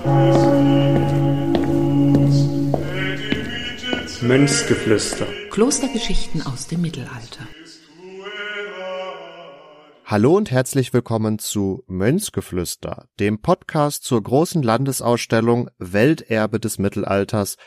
Mönchsgeflüster. Klostergeschichten aus dem Mittelalter. Hallo und herzlich willkommen zu Mönchsgeflüster, dem Podcast zur großen Landesausstellung Welterbe des Mittelalters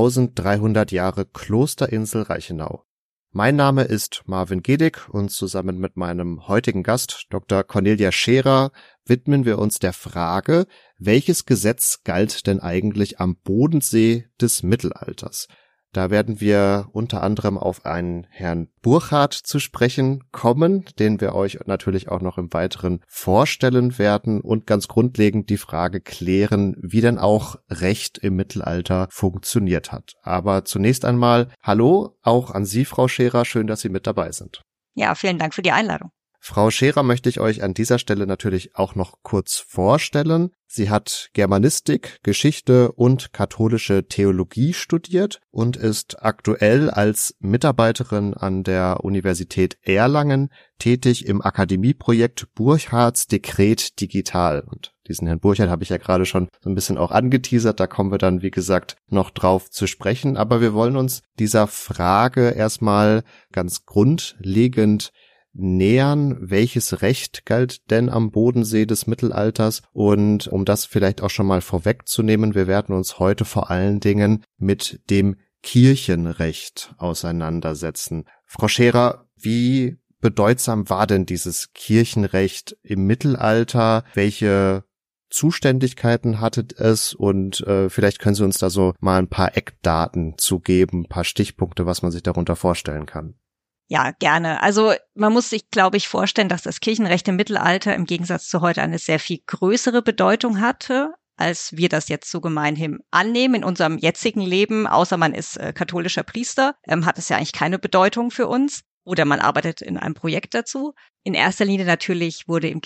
1300 Jahre Klosterinsel Reichenau. Mein Name ist Marvin Gedig und zusammen mit meinem heutigen Gast Dr. Cornelia Scherer widmen wir uns der Frage, welches Gesetz galt denn eigentlich am Bodensee des Mittelalters? Da werden wir unter anderem auf einen Herrn Burchard zu sprechen kommen, den wir euch natürlich auch noch im Weiteren vorstellen werden und ganz grundlegend die Frage klären, wie denn auch Recht im Mittelalter funktioniert hat. Aber zunächst einmal hallo auch an Sie, Frau Scherer, schön, dass Sie mit dabei sind. Ja, vielen Dank für die Einladung. Frau Scherer möchte ich euch an dieser Stelle natürlich auch noch kurz vorstellen. Sie hat Germanistik, Geschichte und katholische Theologie studiert und ist aktuell als Mitarbeiterin an der Universität Erlangen tätig im Akademieprojekt Burchards Dekret Digital. Und diesen Herrn Burchard habe ich ja gerade schon so ein bisschen auch angeteasert, da kommen wir dann, wie gesagt, noch drauf zu sprechen. Aber wir wollen uns dieser Frage erstmal ganz grundlegend nähern, welches Recht galt denn am Bodensee des Mittelalters, und um das vielleicht auch schon mal vorwegzunehmen, wir werden uns heute vor allen Dingen mit dem Kirchenrecht auseinandersetzen. Frau Scherer, wie bedeutsam war denn dieses Kirchenrecht im Mittelalter? Welche Zuständigkeiten hatte es? Und vielleicht können Sie uns da so mal ein paar Eckdaten zu geben, ein paar Stichpunkte, was man sich darunter vorstellen kann. Ja, gerne. Also man muss sich, glaube ich, vorstellen, dass das Kirchenrecht im Mittelalter im Gegensatz zu heute eine sehr viel größere Bedeutung hatte, als wir das jetzt so gemeinhin annehmen in unserem jetzigen Leben. Außer man ist katholischer Priester, hat es ja eigentlich keine Bedeutung für uns. Oder man arbeitet in einem Projekt dazu. In erster Linie natürlich wurden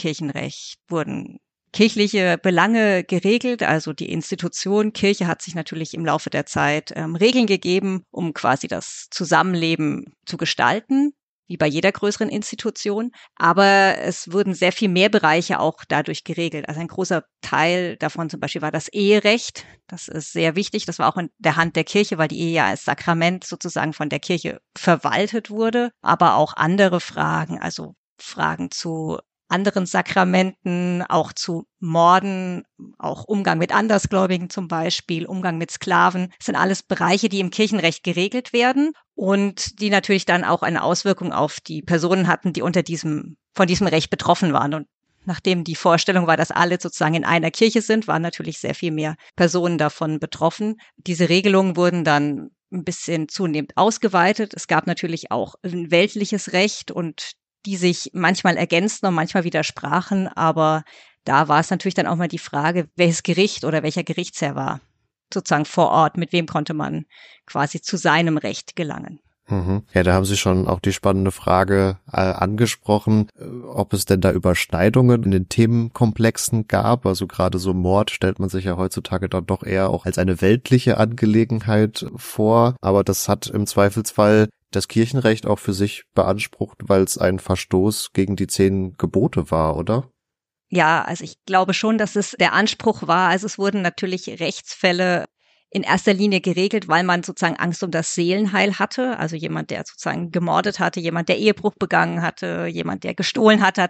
kirchliche Belange geregelt, also die Institution Kirche hat sich natürlich im Laufe der Zeit Regeln gegeben, um quasi das Zusammenleben zu gestalten, wie bei jeder größeren Institution. Aber es wurden sehr viel mehr Bereiche auch dadurch geregelt. Also ein großer Teil davon zum Beispiel war das Eherecht. Das ist sehr wichtig. Das war auch in der Hand der Kirche, weil die Ehe ja als Sakrament sozusagen von der Kirche verwaltet wurde. Aber auch andere Fragen, also Fragen zu anderen Sakramenten, auch zu Morden, auch Umgang mit Andersgläubigen zum Beispiel, Umgang mit Sklaven. Das sind alles Bereiche, die im Kirchenrecht geregelt werden und die natürlich dann auch eine Auswirkung auf die Personen hatten, die von diesem Recht betroffen waren. Und nachdem die Vorstellung war, dass alle sozusagen in einer Kirche sind, waren natürlich sehr viel mehr Personen davon betroffen. Diese Regelungen wurden dann ein bisschen zunehmend ausgeweitet. Es gab natürlich auch ein weltliches Recht und die sich manchmal ergänzten und manchmal widersprachen, aber da war es natürlich dann auch mal die Frage, welches Gericht oder welcher Gerichtsherr war sozusagen vor Ort, mit wem konnte man quasi zu seinem Recht gelangen. Ja, da haben Sie schon auch die spannende Frage angesprochen, ob es denn da Überschneidungen in den Themenkomplexen gab. Also gerade so Mord stellt man sich ja heutzutage dann doch eher auch als eine weltliche Angelegenheit vor, aber das hat im Zweifelsfall das Kirchenrecht auch für sich beansprucht, weil es ein Verstoß gegen die 10 Gebote war, oder? Ja, also ich glaube schon, dass es der Anspruch war. Also es wurden natürlich Rechtsfälle in erster Linie geregelt, weil man sozusagen Angst um das Seelenheil hatte. Also jemand, der sozusagen gemordet hatte, jemand, der Ehebruch begangen hatte, jemand, der gestohlen hatte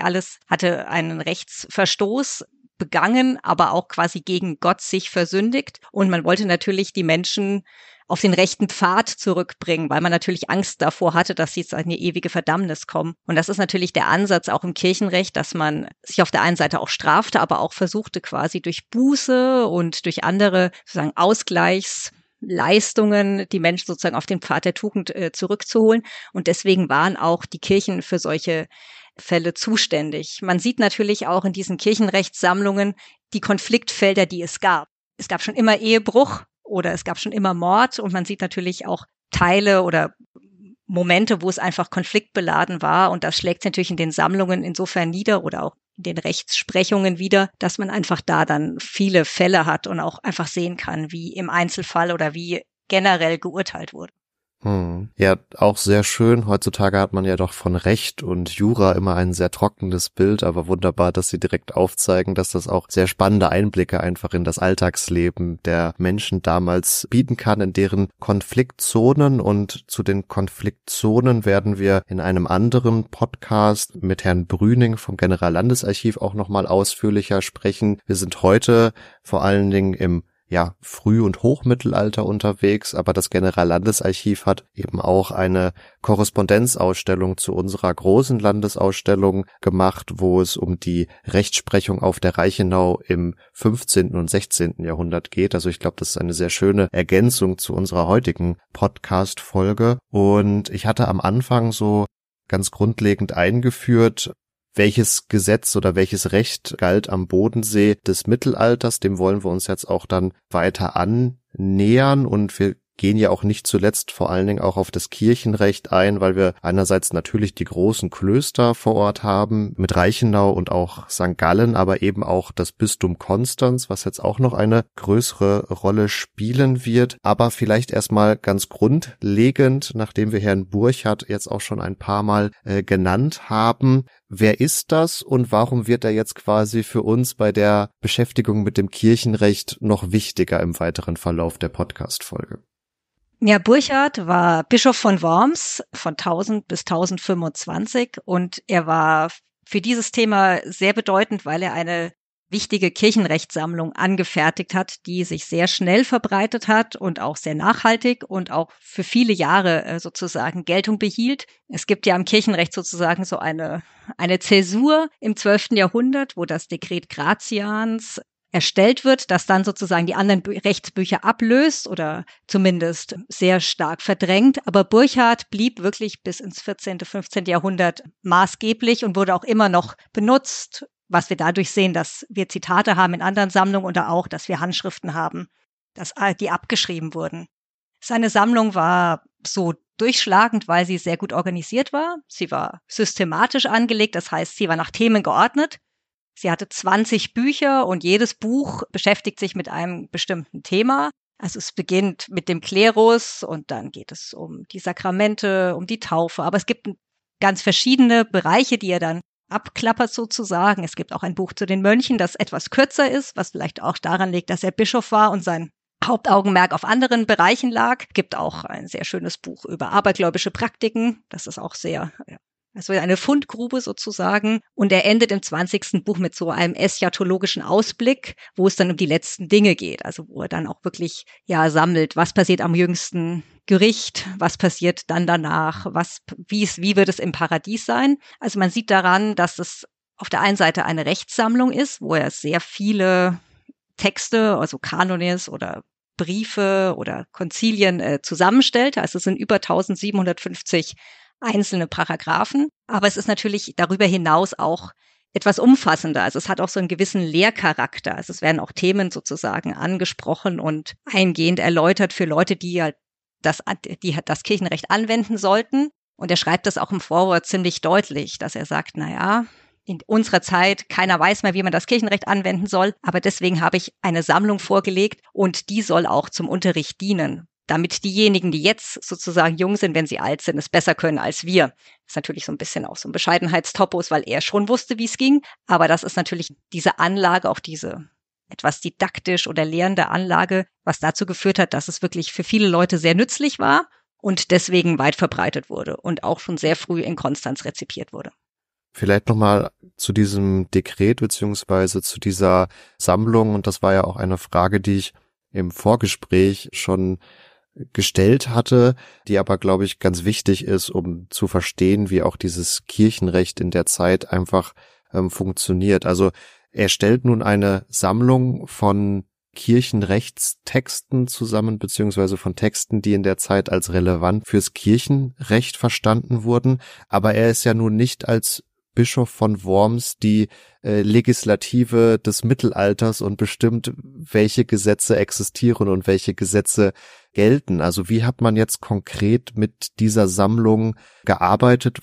hatte einen Rechtsverstoß begangen, aber auch quasi gegen Gott sich versündigt. Und man wollte natürlich die Menschen auf den rechten Pfad zurückbringen, weil man natürlich Angst davor hatte, dass sie zu einer ewige Verdammnis kommen. Und das ist natürlich der Ansatz auch im Kirchenrecht, dass man sich auf der einen Seite auch strafte, aber auch versuchte quasi durch Buße und durch andere sozusagen Ausgleichsleistungen die Menschen sozusagen auf den Pfad der Tugend zurückzuholen. Und deswegen waren auch die Kirchen für solche Fälle zuständig. Man sieht natürlich auch in diesen Kirchenrechtssammlungen die Konfliktfelder, die es gab. Es gab schon immer Ehebruch oder es gab schon immer Mord und man sieht natürlich auch Teile oder Momente, wo es einfach konfliktbeladen war und das schlägt natürlich in den Sammlungen insofern nieder oder auch in den Rechtsprechungen wieder, dass man einfach da dann viele Fälle hat und auch einfach sehen kann, wie im Einzelfall oder wie generell geurteilt wurde. Ja, auch sehr schön. Heutzutage hat man ja doch von Recht und Jura immer ein sehr trockenes Bild, aber wunderbar, dass Sie direkt aufzeigen, dass das auch sehr spannende Einblicke einfach in das Alltagsleben der Menschen damals bieten kann, in deren Konfliktzonen. Und zu den Konfliktzonen werden wir in einem anderen Podcast mit Herrn Brüning vom Generallandesarchiv auch nochmal ausführlicher sprechen. Wir sind heute vor allen Dingen im Früh- und Hochmittelalter unterwegs, aber das Generallandesarchiv hat eben auch eine Korrespondenzausstellung zu unserer großen Landesausstellung gemacht, wo es um die Rechtsprechung auf der Reichenau im 15. und 16. Jahrhundert geht. Also ich glaube, das ist eine sehr schöne Ergänzung zu unserer heutigen Podcast-Folge. Und ich hatte am Anfang so ganz grundlegend eingeführt, welches Gesetz oder welches Recht galt am Bodensee des Mittelalters. Dem wollen wir uns jetzt auch dann weiter annähern, und wir gehen ja auch nicht zuletzt vor allen Dingen auch auf das Kirchenrecht ein, weil wir einerseits natürlich die großen Klöster vor Ort haben mit Reichenau und auch St. Gallen, aber eben auch das Bistum Konstanz, was jetzt auch noch eine größere Rolle spielen wird. Aber vielleicht erstmal ganz grundlegend, nachdem wir Herrn Burchardt jetzt auch schon ein paar Mal genannt haben: Wer ist das und warum wird er jetzt quasi für uns bei der Beschäftigung mit dem Kirchenrecht noch wichtiger im weiteren Verlauf der Podcast-Folge? Ja, Burchardt war Bischof von Worms von 1000 bis 1025 und er war für dieses Thema sehr bedeutend, weil er eine wichtige Kirchenrechtssammlung angefertigt hat, die sich sehr schnell verbreitet hat und auch sehr nachhaltig und auch für viele Jahre sozusagen Geltung behielt. Es gibt ja im Kirchenrecht sozusagen so eine Zäsur im 12. Jahrhundert, wo das Dekret Gratians erstellt wird, das dann sozusagen die anderen Rechtsbücher ablöst oder zumindest sehr stark verdrängt. Aber Burchardt blieb wirklich bis ins 14., 15. Jahrhundert maßgeblich und wurde auch immer noch benutzt, was wir dadurch sehen, dass wir Zitate haben in anderen Sammlungen oder auch, dass wir Handschriften haben, die abgeschrieben wurden. Seine Sammlung war so durchschlagend, weil sie sehr gut organisiert war. Sie war systematisch angelegt, das heißt, sie war nach Themen geordnet. Sie hatte 20 Bücher und jedes Buch beschäftigt sich mit einem bestimmten Thema. Also es beginnt mit dem Klerus und dann geht es um die Sakramente, um die Taufe. Aber es gibt ganz verschiedene Bereiche, die er dann abklappert sozusagen. Es gibt auch ein Buch zu den Mönchen, das etwas kürzer ist, was vielleicht auch daran liegt, dass er Bischof war und sein Hauptaugenmerk auf anderen Bereichen lag. Es gibt auch ein sehr schönes Buch über abergläubische Praktiken. Das ist auch sehr... Also eine Fundgrube sozusagen. Und er endet im 20. Buch mit so einem eschatologischen Ausblick, wo es dann um die letzten Dinge geht. Also wo er dann auch wirklich sammelt, was passiert am jüngsten Gericht, was passiert dann danach, wie wird es im Paradies sein. Also man sieht daran, dass es auf der einen Seite eine Rechtssammlung ist, wo er sehr viele Texte, also Kanones oder Briefe oder Konzilien zusammenstellt. Also es sind über 1750 einzelne Paragraphen, aber es ist natürlich darüber hinaus auch etwas umfassender. Also es hat auch so einen gewissen Lehrcharakter. Also es werden auch Themen sozusagen angesprochen und eingehend erläutert für Leute, die halt das Kirchenrecht anwenden sollten. Und er schreibt das auch im Vorwort ziemlich deutlich, dass er sagt, in unserer Zeit, keiner weiß mehr, wie man das Kirchenrecht anwenden soll, aber deswegen habe ich eine Sammlung vorgelegt und die soll auch zum Unterricht dienen, damit diejenigen, die jetzt sozusagen jung sind, wenn sie alt sind, es besser können als wir. Das ist natürlich so ein bisschen auch so ein Bescheidenheitstopos, weil er schon wusste, wie es ging. Aber das ist natürlich diese Anlage, auch diese etwas didaktisch oder lehrende Anlage, was dazu geführt hat, dass es wirklich für viele Leute sehr nützlich war und deswegen weit verbreitet wurde und auch schon sehr früh in Konstanz rezipiert wurde. Vielleicht nochmal zu diesem Dekret beziehungsweise zu dieser Sammlung. Und das war ja auch eine Frage, die ich im Vorgespräch schon gestellt hatte, die aber, glaube ich, ganz wichtig ist, um zu verstehen, wie auch dieses Kirchenrecht in der Zeit einfach funktioniert. Also er stellt nun eine Sammlung von Kirchenrechtstexten zusammen, beziehungsweise von Texten, die in der Zeit als relevant fürs Kirchenrecht verstanden wurden. Aber er ist ja nun nicht als Bischof von Worms die Legislative des Mittelalters und bestimmt, welche Gesetze existieren und welche Gesetze gelten. Also wie hat man jetzt konkret mit dieser Sammlung gearbeitet?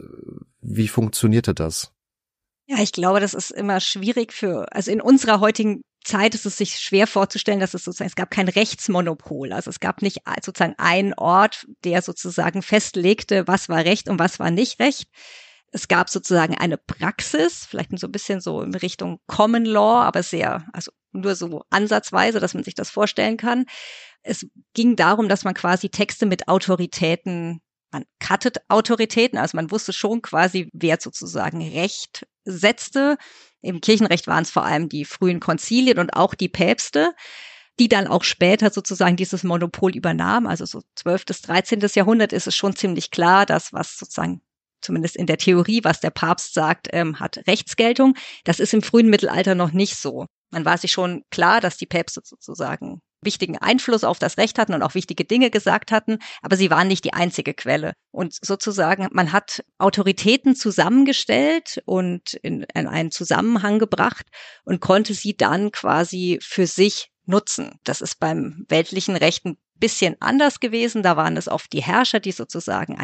Wie funktionierte das? Ja, ich glaube, das ist immer schwierig also in unserer heutigen Zeit ist es sich schwer vorzustellen, dass es gab kein Rechtsmonopol. Also es gab nicht sozusagen einen Ort, der sozusagen festlegte, was war Recht und was war nicht Recht. Es gab sozusagen eine Praxis, vielleicht so ein bisschen so in Richtung Common Law, aber also nur so ansatzweise, dass man sich das vorstellen kann. Es ging darum, dass man quasi Texte mit Autoritäten, man cuttet Autoritäten, also man wusste schon quasi, wer sozusagen Recht setzte. Im Kirchenrecht waren es vor allem die frühen Konzilien und auch die Päpste, die dann auch später sozusagen dieses Monopol übernahmen. Also so 12. bis 13. Jahrhundert ist es schon ziemlich klar, dass was sozusagen zumindest in der Theorie, was der Papst sagt, hat Rechtsgeltung. Das ist im frühen Mittelalter noch nicht so. Man war sich schon klar, dass die Päpste sozusagen wichtigen Einfluss auf das Recht hatten und auch wichtige Dinge gesagt hatten, aber sie waren nicht die einzige Quelle. Und sozusagen, man hat Autoritäten zusammengestellt und in einen Zusammenhang gebracht und konnte sie dann quasi für sich nutzen. Das ist beim weltlichen Recht ein bisschen anders gewesen. Da waren es oft die Herrscher, die sozusagen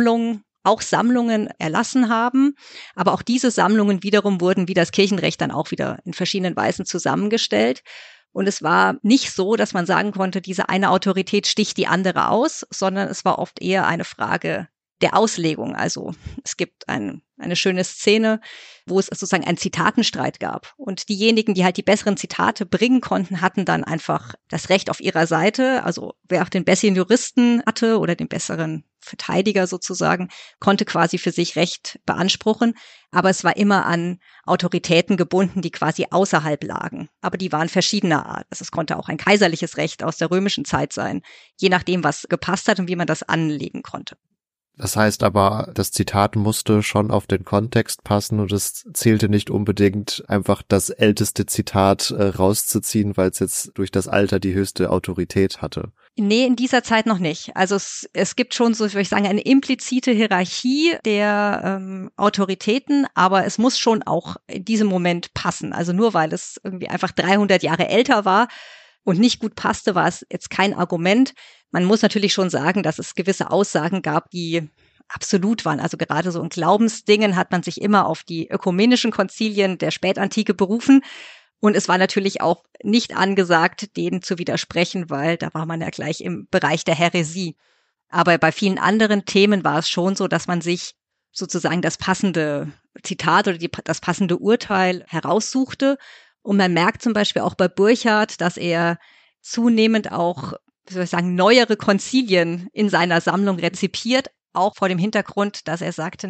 auch Sammlungen erlassen haben. Aber auch diese Sammlungen wiederum wurden wie das Kirchenrecht dann auch wieder in verschiedenen Weisen zusammengestellt. Und es war nicht so, dass man sagen konnte, diese eine Autorität sticht die andere aus, sondern es war oft eher eine Frage der Auslegung. Also es gibt eine schöne Szene, wo es sozusagen einen Zitatenstreit gab. Und diejenigen, die halt die besseren Zitate bringen konnten, hatten dann einfach das Recht auf ihrer Seite. Also wer auch den besseren Juristen hatte oder den besseren Verteidiger sozusagen, konnte quasi für sich Recht beanspruchen. Aber es war immer an Autoritäten gebunden, die quasi außerhalb lagen. Aber die waren verschiedener Art. Also es konnte auch ein kaiserliches Recht aus der römischen Zeit sein, je nachdem, was gepasst hat und wie man das anlegen konnte. Das heißt aber, das Zitat musste schon auf den Kontext passen und es zählte nicht unbedingt einfach das älteste Zitat rauszuziehen, weil es jetzt durch das Alter die höchste Autorität hatte. Nee, in dieser Zeit noch nicht. Also es gibt schon, so würde ich sagen, eine implizite Hierarchie der Autoritäten, aber es muss schon auch in diesem Moment passen. Also nur weil es irgendwie einfach 300 Jahre älter war und nicht gut passte, war es jetzt kein Argument. Man muss natürlich schon sagen, dass es gewisse Aussagen gab, die absolut waren. Also gerade so in Glaubensdingen hat man sich immer auf die ökumenischen Konzilien der Spätantike berufen. Und es war natürlich auch nicht angesagt, denen zu widersprechen, weil da war man ja gleich im Bereich der Häresie. Aber bei vielen anderen Themen war es schon so, dass man sich sozusagen das passende Zitat oder das passende Urteil heraussuchte. Und man merkt zum Beispiel auch bei Burchard, dass er zunehmend auch, wie soll ich sagen, neuere Konzilien in seiner Sammlung rezipiert, auch vor dem Hintergrund, dass er sagte,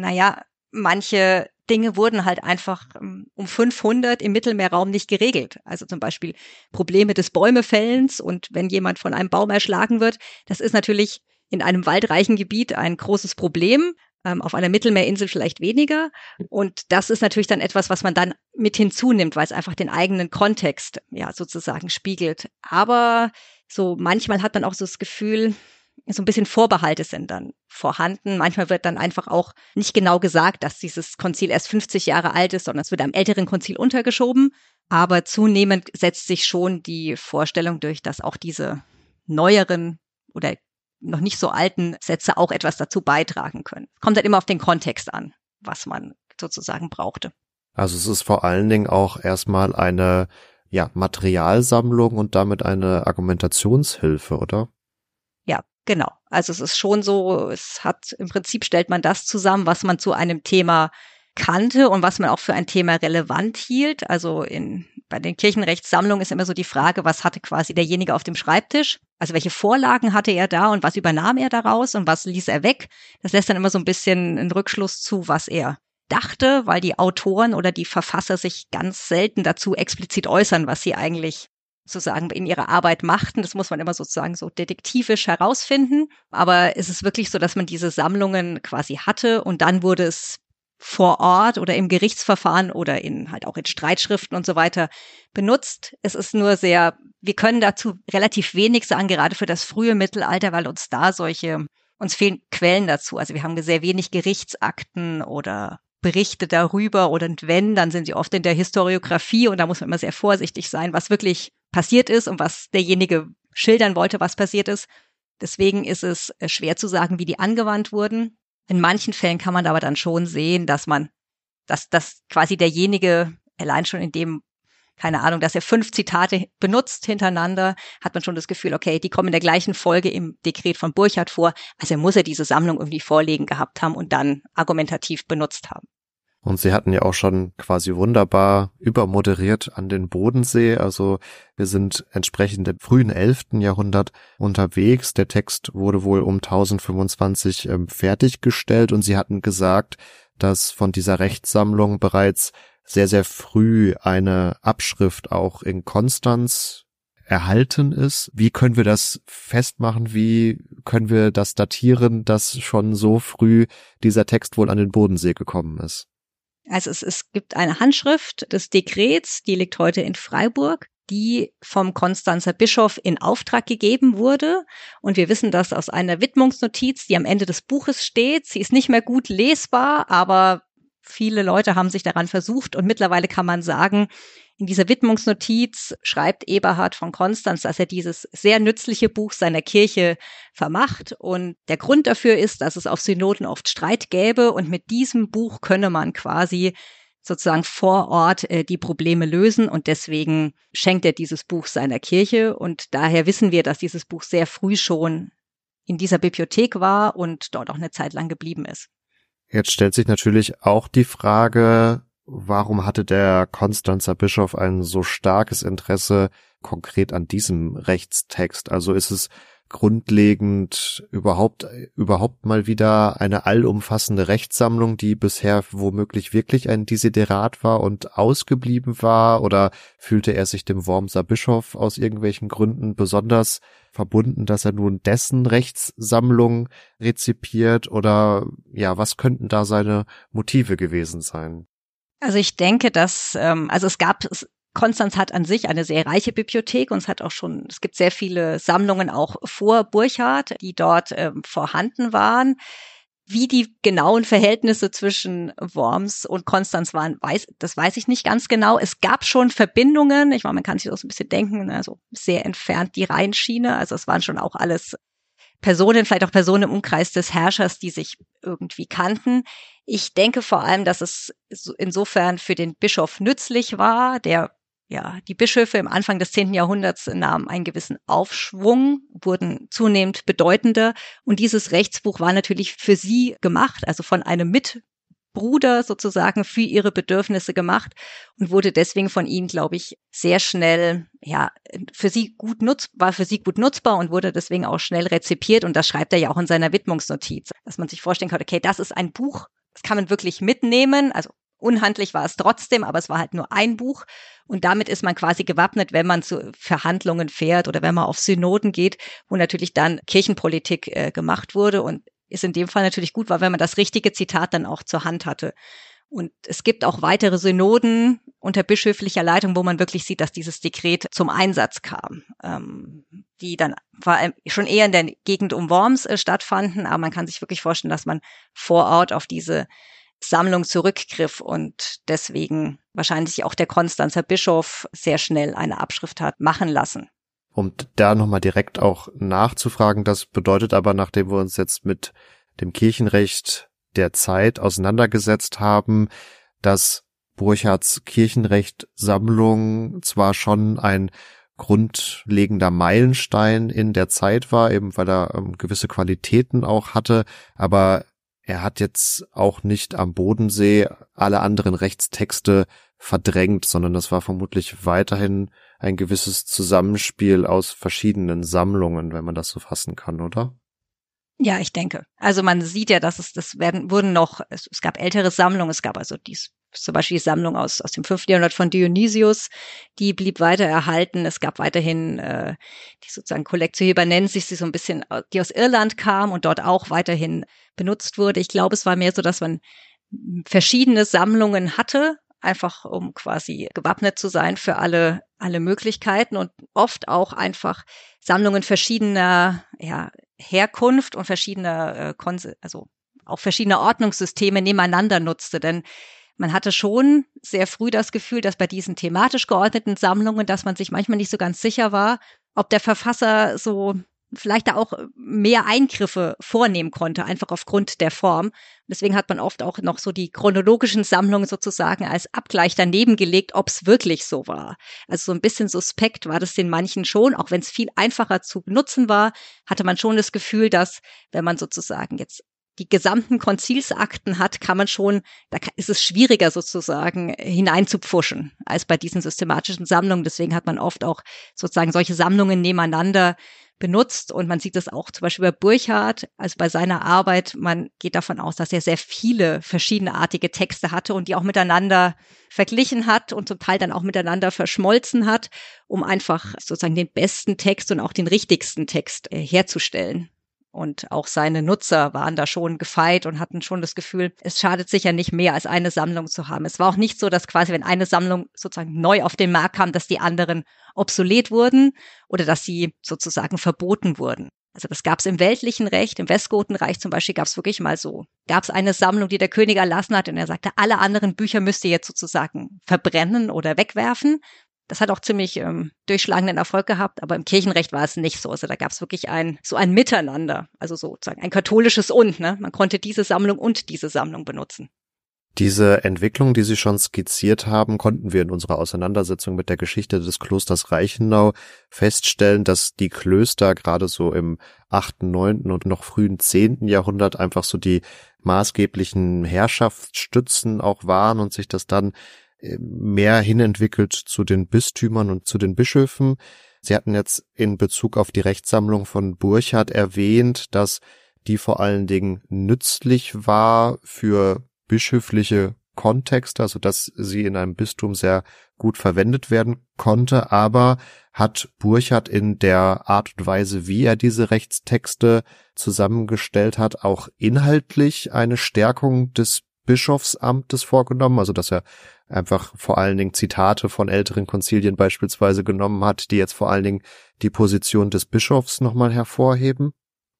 manche Dinge wurden halt einfach um 500 im Mittelmeerraum nicht geregelt. Also zum Beispiel Probleme des Bäumefällens und wenn jemand von einem Baum erschlagen wird, das ist natürlich in einem waldreichen Gebiet ein großes Problem, auf einer Mittelmeerinsel vielleicht weniger. Und das ist natürlich dann etwas, was man dann mit hinzunimmt, weil es einfach den eigenen Kontext ja sozusagen spiegelt. Aber so manchmal hat man auch so das Gefühl, so ein bisschen Vorbehalte sind dann vorhanden. Manchmal wird dann einfach auch nicht genau gesagt, dass dieses Konzil erst 50 Jahre alt ist, sondern es wird einem älteren Konzil untergeschoben. Aber zunehmend setzt sich schon die Vorstellung durch, dass auch diese neueren oder noch nicht so alten Sätze auch etwas dazu beitragen können. Kommt halt immer auf den Kontext an, was man sozusagen brauchte. Also es ist vor allen Dingen auch erstmal eine Materialsammlung und damit eine Argumentationshilfe, oder? Ja, genau. Also es ist schon so, im Prinzip stellt man das zusammen, was man zu einem Thema kannte und was man auch für ein Thema relevant hielt. Also bei den Kirchenrechtssammlungen ist immer so die Frage, was hatte quasi derjenige auf dem Schreibtisch? Also welche Vorlagen hatte er da und was übernahm er daraus und was ließ er weg? Das lässt dann immer so ein bisschen einen Rückschluss zu, was er dachte, weil die Autoren oder die Verfasser sich ganz selten dazu explizit äußern, was sie eigentlich sozusagen in ihrer Arbeit machten. Das muss man immer sozusagen so detektivisch herausfinden. Aber es ist wirklich so, dass man diese Sammlungen quasi hatte und dann wurde es vor Ort oder im Gerichtsverfahren oder halt auch in Streitschriften und so weiter benutzt. Es ist nur wir können dazu relativ wenig sagen, gerade für das frühe Mittelalter, weil uns fehlen Quellen dazu. Also wir haben sehr wenig Gerichtsakten oder Berichte darüber oder wenn, dann sind sie oft in der Historiographie und da muss man immer sehr vorsichtig sein, was wirklich passiert ist und was derjenige schildern wollte, was passiert ist. Deswegen ist es schwer zu sagen, wie die angewandt wurden. In manchen Fällen kann man aber dann schon sehen, dass quasi derjenige allein schon in dem, keine Ahnung, dass er 5 Zitate benutzt hintereinander, hat man schon das Gefühl, okay, die kommen in der gleichen Folge im Dekret von Burchard vor. Also muss er diese Sammlung irgendwie vorliegen gehabt haben und dann argumentativ benutzt haben. Und Sie hatten ja auch schon quasi wunderbar übermoderiert an den Bodensee. Also wir sind entsprechend im frühen 11. Jahrhundert unterwegs. Der Text wurde wohl um 1025 fertiggestellt und Sie hatten gesagt, dass von dieser Rechtssammlung bereits sehr, sehr früh eine Abschrift auch in Konstanz erhalten ist. Wie können wir das festmachen? Wie können wir das datieren, dass schon so früh dieser Text wohl an den Bodensee gekommen ist? Also es gibt eine Handschrift des Dekrets, die liegt heute in Freiburg, die vom Konstanzer Bischof in Auftrag gegeben wurde. Und wir wissen das aus einer Widmungsnotiz, die am Ende des Buches steht. Sie ist nicht mehr gut lesbar, aber viele Leute haben sich daran versucht. Und mittlerweile kann man sagen, in dieser Widmungsnotiz schreibt Eberhard von Konstanz, dass er dieses sehr nützliche Buch seiner Kirche vermacht. Und der Grund dafür ist, dass es auf Synoden oft Streit gäbe. Und mit diesem Buch könne man quasi sozusagen vor Ort die Probleme lösen. Und deswegen schenkt er dieses Buch seiner Kirche. Und daher wissen wir, dass dieses Buch sehr früh schon in dieser Bibliothek war und dort auch eine Zeit lang geblieben ist. Jetzt stellt sich natürlich auch die Frage, warum hatte der Konstanzer Bischof ein so starkes Interesse konkret an diesem Rechtstext? Also ist es grundlegend überhaupt mal wieder eine allumfassende Rechtssammlung, die bisher womöglich wirklich ein Desiderat war und ausgeblieben war? Oder fühlte er sich dem Wormser Bischof aus irgendwelchen Gründen besonders verbunden, dass er nun dessen Rechtssammlung rezipiert? Oder ja, was könnten da seine Motive gewesen sein? Also ich denke, dass Konstanz hat an sich eine sehr reiche Bibliothek und es gibt sehr viele Sammlungen auch vor Burchard, die dort vorhanden waren. Wie die genauen Verhältnisse zwischen Worms und Konstanz waren, das weiß ich nicht ganz genau. Es gab schon Verbindungen. Ich meine, man kann sich das ein bisschen denken, also sehr entfernt die Rheinschiene. Also es waren schon auch alles Personen, vielleicht auch Personen im Umkreis des Herrschers, die sich irgendwie kannten. Ich denke vor allem, dass es insofern für den Bischof nützlich war, die Bischöfe im Anfang des 10. Jahrhunderts nahmen einen gewissen Aufschwung, wurden zunehmend bedeutender und dieses Rechtsbuch war natürlich für sie gemacht, also von einem Mitbruder sozusagen für ihre Bedürfnisse gemacht und wurde deswegen von ihnen, glaube ich, sehr schnell, für sie gut nutzbar und wurde deswegen auch schnell rezipiert und das schreibt er ja auch in seiner Widmungsnotiz, dass man sich vorstellen kann, okay, das ist ein Buch, das kann man wirklich mitnehmen, also unhandlich war es trotzdem, aber es war halt nur ein Buch und damit ist man quasi gewappnet, wenn man zu Verhandlungen fährt oder wenn man auf Synoden geht, wo natürlich dann Kirchenpolitik gemacht wurde und ist in dem Fall natürlich gut, weil wenn man das richtige Zitat dann auch zur Hand hatte. Und es gibt auch weitere Synoden unter bischöflicher Leitung, wo man wirklich sieht, dass dieses Dekret zum Einsatz kam, die dann vor allem schon eher in der Gegend um Worms stattfanden, aber man kann sich wirklich vorstellen, dass man vor Ort auf diese Sammlung zurückgriff und deswegen wahrscheinlich auch der Konstanzer Bischof sehr schnell eine Abschrift hat machen lassen. Um da nochmal direkt auch nachzufragen, das bedeutet aber, nachdem wir uns jetzt mit dem Kirchenrecht der Zeit auseinandergesetzt haben, dass Burchards Kirchenrechtsammlung zwar schon ein grundlegender Meilenstein in der Zeit war, eben weil er gewisse Qualitäten auch hatte, aber er hat jetzt auch nicht am Bodensee alle anderen Rechtstexte verdrängt, sondern das war vermutlich weiterhin ein gewisses Zusammenspiel aus verschiedenen Sammlungen, wenn man das so fassen kann, oder? Ja, ich denke. Also man sieht ja, dass es gab ältere Sammlungen, es gab also zum Beispiel die Sammlung aus dem 5. Jahrhundert von Dionysius, die blieb weiter erhalten. Es gab weiterhin die sozusagen Collectio Hibernensis, die so ein bisschen, die aus Irland kam und dort auch weiterhin benutzt wurde. Ich glaube, es war mehr so, dass man verschiedene Sammlungen hatte, einfach um quasi gewappnet zu sein für alle Möglichkeiten und oft auch einfach Sammlungen verschiedener Herkunft und verschiedener auch verschiedener Ordnungssysteme nebeneinander nutzte, denn man hatte schon sehr früh das Gefühl, dass bei diesen thematisch geordneten Sammlungen, dass man sich manchmal nicht so ganz sicher war, ob der Verfasser so vielleicht da auch mehr Eingriffe vornehmen konnte, einfach aufgrund der Form. Deswegen hat man oft auch noch so die chronologischen Sammlungen sozusagen als Abgleich daneben gelegt, ob es wirklich so war. Also so ein bisschen suspekt war das den manchen schon, auch wenn es viel einfacher zu benutzen war, hatte man schon das Gefühl, dass wenn man sozusagen jetzt die gesamten Konzilsakten hat, kann man schon, ist es schwieriger sozusagen hineinzupfuschen als bei diesen systematischen Sammlungen. Deswegen hat man oft auch sozusagen solche Sammlungen nebeneinander benutzt und man sieht das auch zum Beispiel bei Burchard, also bei seiner Arbeit, man geht davon aus, dass er sehr viele verschiedenartige Texte hatte und die auch miteinander verglichen hat und zum Teil dann auch miteinander verschmolzen hat, um einfach sozusagen den besten Text und auch den richtigsten Text herzustellen. Und auch seine Nutzer waren da schon gefeit und hatten schon das Gefühl, es schadet sicher nicht mehr, als eine Sammlung zu haben. Es war auch nicht so, dass quasi, wenn eine Sammlung sozusagen neu auf den Markt kam, dass die anderen obsolet wurden oder dass sie sozusagen verboten wurden. Also das gab es im weltlichen Recht, im Westgotenreich zum Beispiel gab es wirklich mal so. Gab es eine Sammlung, die der König erlassen hat und er sagte, alle anderen Bücher müsst ihr jetzt sozusagen verbrennen oder wegwerfen. Das hat auch ziemlich durchschlagenden Erfolg gehabt, aber im Kirchenrecht war es nicht so. Also da gab es wirklich ein Miteinander, also sozusagen ein katholisches Und. Ne? Man konnte diese Sammlung und diese Sammlung benutzen. Diese Entwicklung, die Sie schon skizziert haben, konnten wir in unserer Auseinandersetzung mit der Geschichte des Klosters Reichenau feststellen, dass die Klöster gerade so im 8., 9. und noch frühen 10. Jahrhundert einfach so die maßgeblichen Herrschaftsstützen auch waren und sich das dann mehr hinentwickelt zu den Bistümern und zu den Bischöfen. Sie hatten jetzt in Bezug auf die Rechtssammlung von Burchard erwähnt, dass die vor allen Dingen nützlich war für bischöfliche Kontexte, also dass sie in einem Bistum sehr gut verwendet werden konnte, aber hat Burchard in der Art und Weise, wie er diese Rechtstexte zusammengestellt hat, auch inhaltlich eine Stärkung des Bischofsamtes vorgenommen, also dass er einfach vor allen Dingen Zitate von älteren Konzilien beispielsweise genommen hat, die jetzt vor allen Dingen die Position des Bischofs nochmal hervorheben?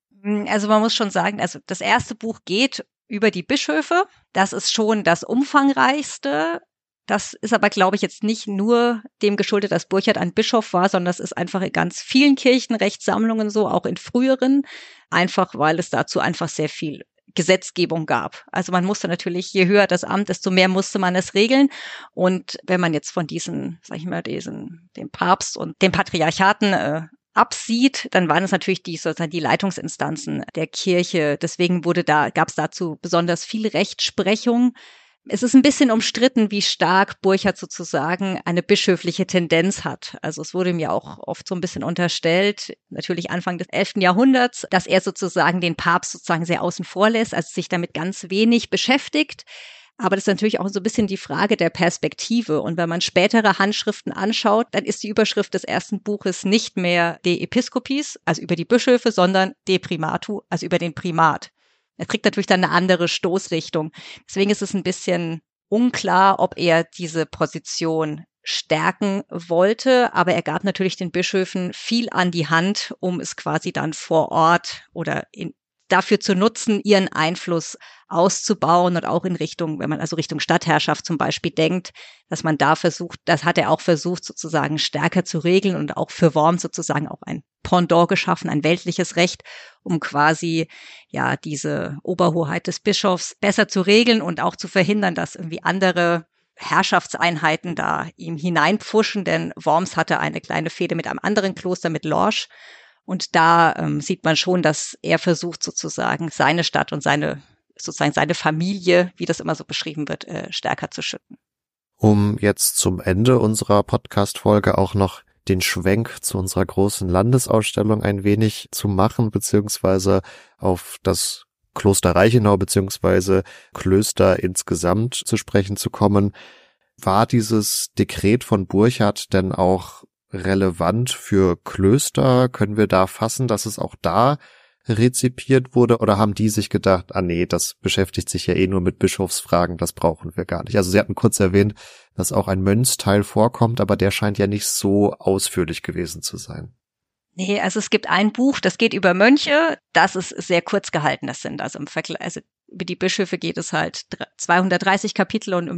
Also man muss schon sagen, also das erste Buch geht über die Bischöfe. Das ist schon das umfangreichste. Das ist aber, glaube ich, jetzt nicht nur dem geschuldet, dass Burchard ein Bischof war, sondern das ist einfach in ganz vielen Kirchenrechtssammlungen so, auch in früheren, einfach weil es dazu einfach sehr viel Gesetzgebung gab. Also man musste natürlich, je höher das Amt, desto mehr musste man es regeln. Und wenn man jetzt von dem Papst und dem Patriarchaten absieht, dann waren es natürlich sozusagen die Leitungsinstanzen der Kirche. Deswegen gab es dazu besonders viel Rechtsprechung. Es ist ein bisschen umstritten, wie stark Burchard sozusagen eine bischöfliche Tendenz hat. Also es wurde mir auch oft so ein bisschen unterstellt, natürlich Anfang des 11. Jahrhunderts, dass er sozusagen den Papst sozusagen sehr außen vor lässt, also sich damit ganz wenig beschäftigt. Aber das ist natürlich auch so ein bisschen die Frage der Perspektive. Und wenn man spätere Handschriften anschaut, dann ist die Überschrift des ersten Buches nicht mehr De Episcopis, also über die Bischöfe, sondern De Primatu, also über den Primat. Er kriegt natürlich dann eine andere Stoßrichtung. Deswegen ist es ein bisschen unklar, ob er diese Position stärken wollte. Aber er gab natürlich den Bischöfen viel an die Hand, um es quasi dann vor Ort oder dafür zu nutzen, ihren Einfluss auszubauen und auch in Richtung, wenn man also Richtung Stadtherrschaft zum Beispiel denkt, dass man da versucht, das hat er auch versucht sozusagen stärker zu regeln und auch für Worms sozusagen auch ein Pendant geschaffen, ein weltliches Recht, um quasi ja diese Oberhoheit des Bischofs besser zu regeln und auch zu verhindern, dass irgendwie andere Herrschaftseinheiten da ihm hineinpfuschen, denn Worms hatte eine kleine Fehde mit einem anderen Kloster, mit Lorsch. Und da sieht man schon, dass er versucht sozusagen seine Stadt und seine Familie, wie das immer so beschrieben wird, stärker zu schützen. Um jetzt zum Ende unserer Podcast-Folge auch noch den Schwenk zu unserer großen Landesausstellung ein wenig zu machen, beziehungsweise auf das Kloster Reichenau beziehungsweise Klöster insgesamt zu sprechen zu kommen. War dieses Dekret von Burchard denn auch relevant für Klöster? Können wir da fassen, dass es auch da rezipiert wurde, oder haben die sich gedacht, nee, das beschäftigt sich ja eh nur mit Bischofsfragen, das brauchen wir gar nicht. Also Sie hatten kurz erwähnt, dass auch ein Mönchsteil vorkommt, aber der scheint ja nicht so ausführlich gewesen zu sein. Nee, also es gibt ein Buch, das geht über Mönche, das ist sehr kurz gehalten, das sind also im Vergleich, also über die Bischöfe geht es halt 230 Kapitel und um die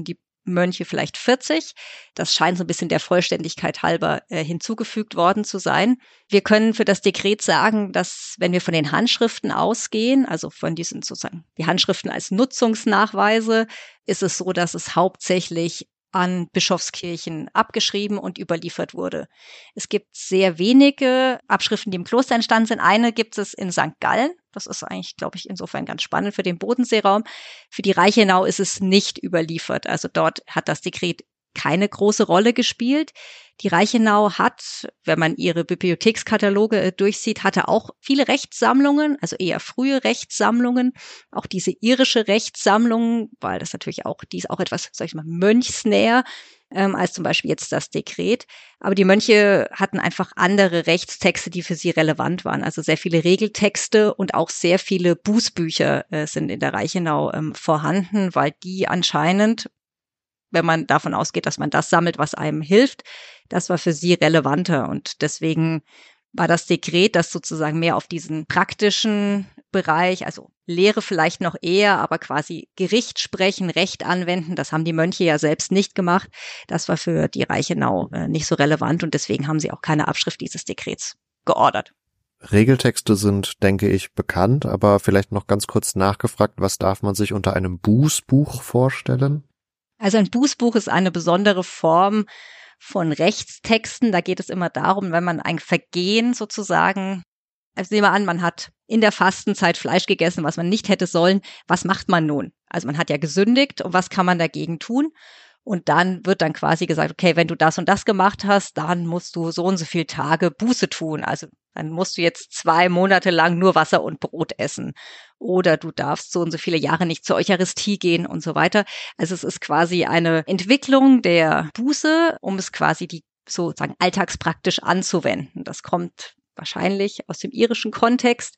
Mönche vielleicht 40. Das scheint so ein bisschen der Vollständigkeit halber hinzugefügt worden zu sein. Wir können für das Dekret sagen, dass wenn wir von den Handschriften ausgehen, also von diesen sozusagen die Handschriften als Nutzungsnachweise, ist es so, dass es hauptsächlich an Bischofskirchen abgeschrieben und überliefert wurde. Es gibt sehr wenige Abschriften, die im Kloster entstanden sind. Eine gibt es in St. Gallen. Das ist eigentlich, glaube ich, insofern ganz spannend für den Bodenseeraum. Für die Reichenau ist es nicht überliefert. Also dort hat das Dekret keine große Rolle gespielt. Die Reichenau hat, wenn man ihre Bibliothekskataloge durchsieht, hatte auch viele Rechtssammlungen, also eher frühe Rechtssammlungen, auch diese irische Rechtssammlung, weil das natürlich auch, die ist auch etwas, sag ich mal, mönchsnäher als zum Beispiel jetzt das Dekret. Aber die Mönche hatten einfach andere Rechtstexte, die für sie relevant waren. Also sehr viele Regeltexte und auch sehr viele Bußbücher sind in der Reichenau vorhanden, weil die anscheinend, wenn man davon ausgeht, dass man das sammelt, was einem hilft, das war für sie relevanter. Und deswegen war das Dekret, das sozusagen mehr auf diesen praktischen Bereich, also Lehre vielleicht noch eher, aber quasi Gericht sprechen, Recht anwenden, das haben die Mönche ja selbst nicht gemacht. Das war für die Reichenau nicht so relevant und deswegen haben sie auch keine Abschrift dieses Dekrets geordert. Regeltexte sind, denke ich, bekannt, aber vielleicht noch ganz kurz nachgefragt, was darf man sich unter einem Bußbuch vorstellen? Also ein Bußbuch ist eine besondere Form von Rechtstexten. Da geht es immer darum, wenn man ein Vergehen sozusagen, also nehmen wir an, man hat in der Fastenzeit Fleisch gegessen, was man nicht hätte sollen. Was macht man nun? Also man hat ja gesündigt und was kann man dagegen tun? Und dann wird dann quasi gesagt, okay, wenn du das und das gemacht hast, dann musst du so und so viele Tage Buße tun. Also dann musst du jetzt 2 Monate lang nur Wasser und Brot essen. Oder du darfst so und so viele Jahre nicht zur Eucharistie gehen und so weiter. Also es ist quasi eine Entwicklung der Buße, um es quasi die sozusagen alltagspraktisch anzuwenden. Das kommt wahrscheinlich aus dem irischen Kontext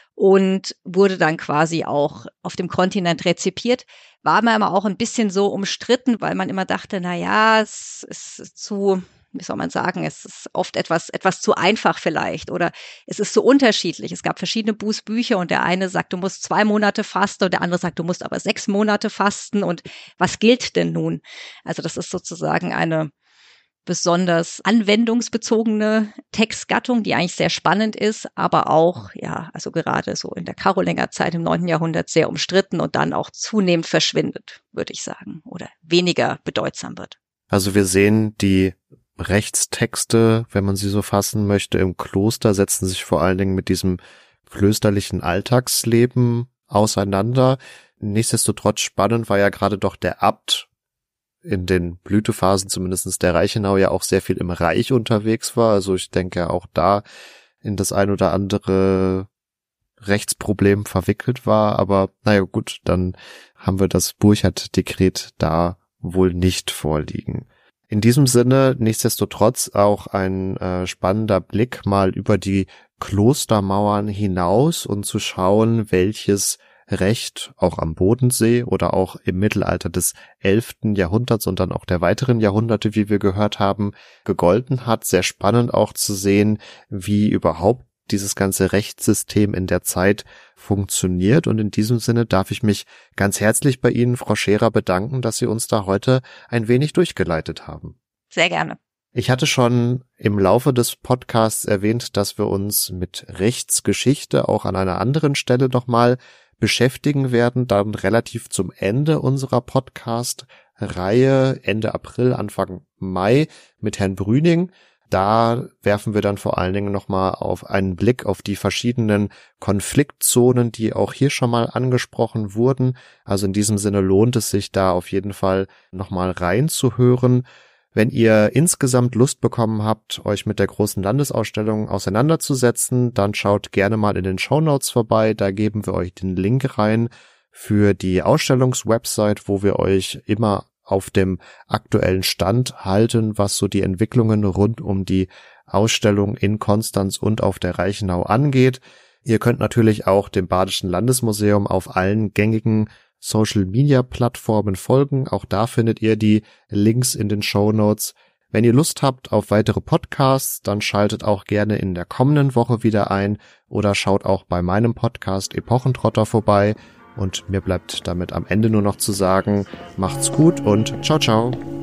und wurde dann quasi auch auf dem Kontinent rezipiert. War man aber auch ein bisschen so umstritten, weil man immer dachte, na ja, es ist zu, wie soll man sagen, es ist oft etwas zu einfach vielleicht oder es ist so unterschiedlich. Es gab verschiedene Bußbücher und der eine sagt, du musst 2 Monate fasten und der andere sagt, du musst aber 6 Monate fasten und was gilt denn nun? Also das ist sozusagen eine besonders anwendungsbezogene Textgattung, die eigentlich sehr spannend ist, aber auch, ja, also gerade so in der Karolinger-Zeit im 9. Jahrhundert sehr umstritten und dann auch zunehmend verschwindet, würde ich sagen, oder weniger bedeutsam wird. Also wir sehen, die Rechtstexte, wenn man sie so fassen möchte, im Kloster setzen sich vor allen Dingen mit diesem klösterlichen Alltagsleben auseinander. Nichtsdestotrotz spannend war ja gerade doch der Abt in den Blütephasen zumindest der Reichenau ja auch sehr viel im Reich unterwegs war. Also ich denke auch da in das ein oder andere Rechtsproblem verwickelt war. Aber naja gut, dann haben wir das Burchard-Dekret da wohl nicht vorliegen. In diesem Sinne nichtsdestotrotz auch ein spannender Blick mal über die Klostermauern hinaus und zu schauen, welches Recht auch am Bodensee oder auch im Mittelalter des 11. Jahrhunderts und dann auch der weiteren Jahrhunderte, wie wir gehört haben, gegolten hat. Sehr spannend auch zu sehen, wie überhaupt dieses ganze Rechtssystem in der Zeit funktioniert. Und in diesem Sinne darf ich mich ganz herzlich bei Ihnen, Frau Scherer, bedanken, dass Sie uns da heute ein wenig durchgeleitet haben. Sehr gerne. Ich hatte schon im Laufe des Podcasts erwähnt, dass wir uns mit Rechtsgeschichte auch an einer anderen Stelle nochmal beschäftigen werden, dann relativ zum Ende unserer Podcast-Reihe, Ende April, Anfang Mai mit Herrn Brüning. Da werfen wir dann vor allen Dingen nochmal auf einen Blick auf die verschiedenen Konfliktzonen, die auch hier schon mal angesprochen wurden. Also in diesem Sinne lohnt es sich da auf jeden Fall nochmal reinzuhören. Wenn ihr insgesamt Lust bekommen habt, euch mit der großen Landesausstellung auseinanderzusetzen, dann schaut gerne mal in den Shownotes vorbei. Da geben wir euch den Link rein für die Ausstellungswebsite, wo wir euch immer auf dem aktuellen Stand halten, was so die Entwicklungen rund um die Ausstellung in Konstanz und auf der Reichenau angeht. Ihr könnt natürlich auch dem Badischen Landesmuseum auf allen gängigen Social-Media-Plattformen folgen. Auch da findet ihr die Links in den Shownotes. Wenn ihr Lust habt auf weitere Podcasts, dann schaltet auch gerne in der kommenden Woche wieder ein oder schaut auch bei meinem Podcast Epochentrotter vorbei. Und mir bleibt damit am Ende nur noch zu sagen, macht's gut und ciao, ciao.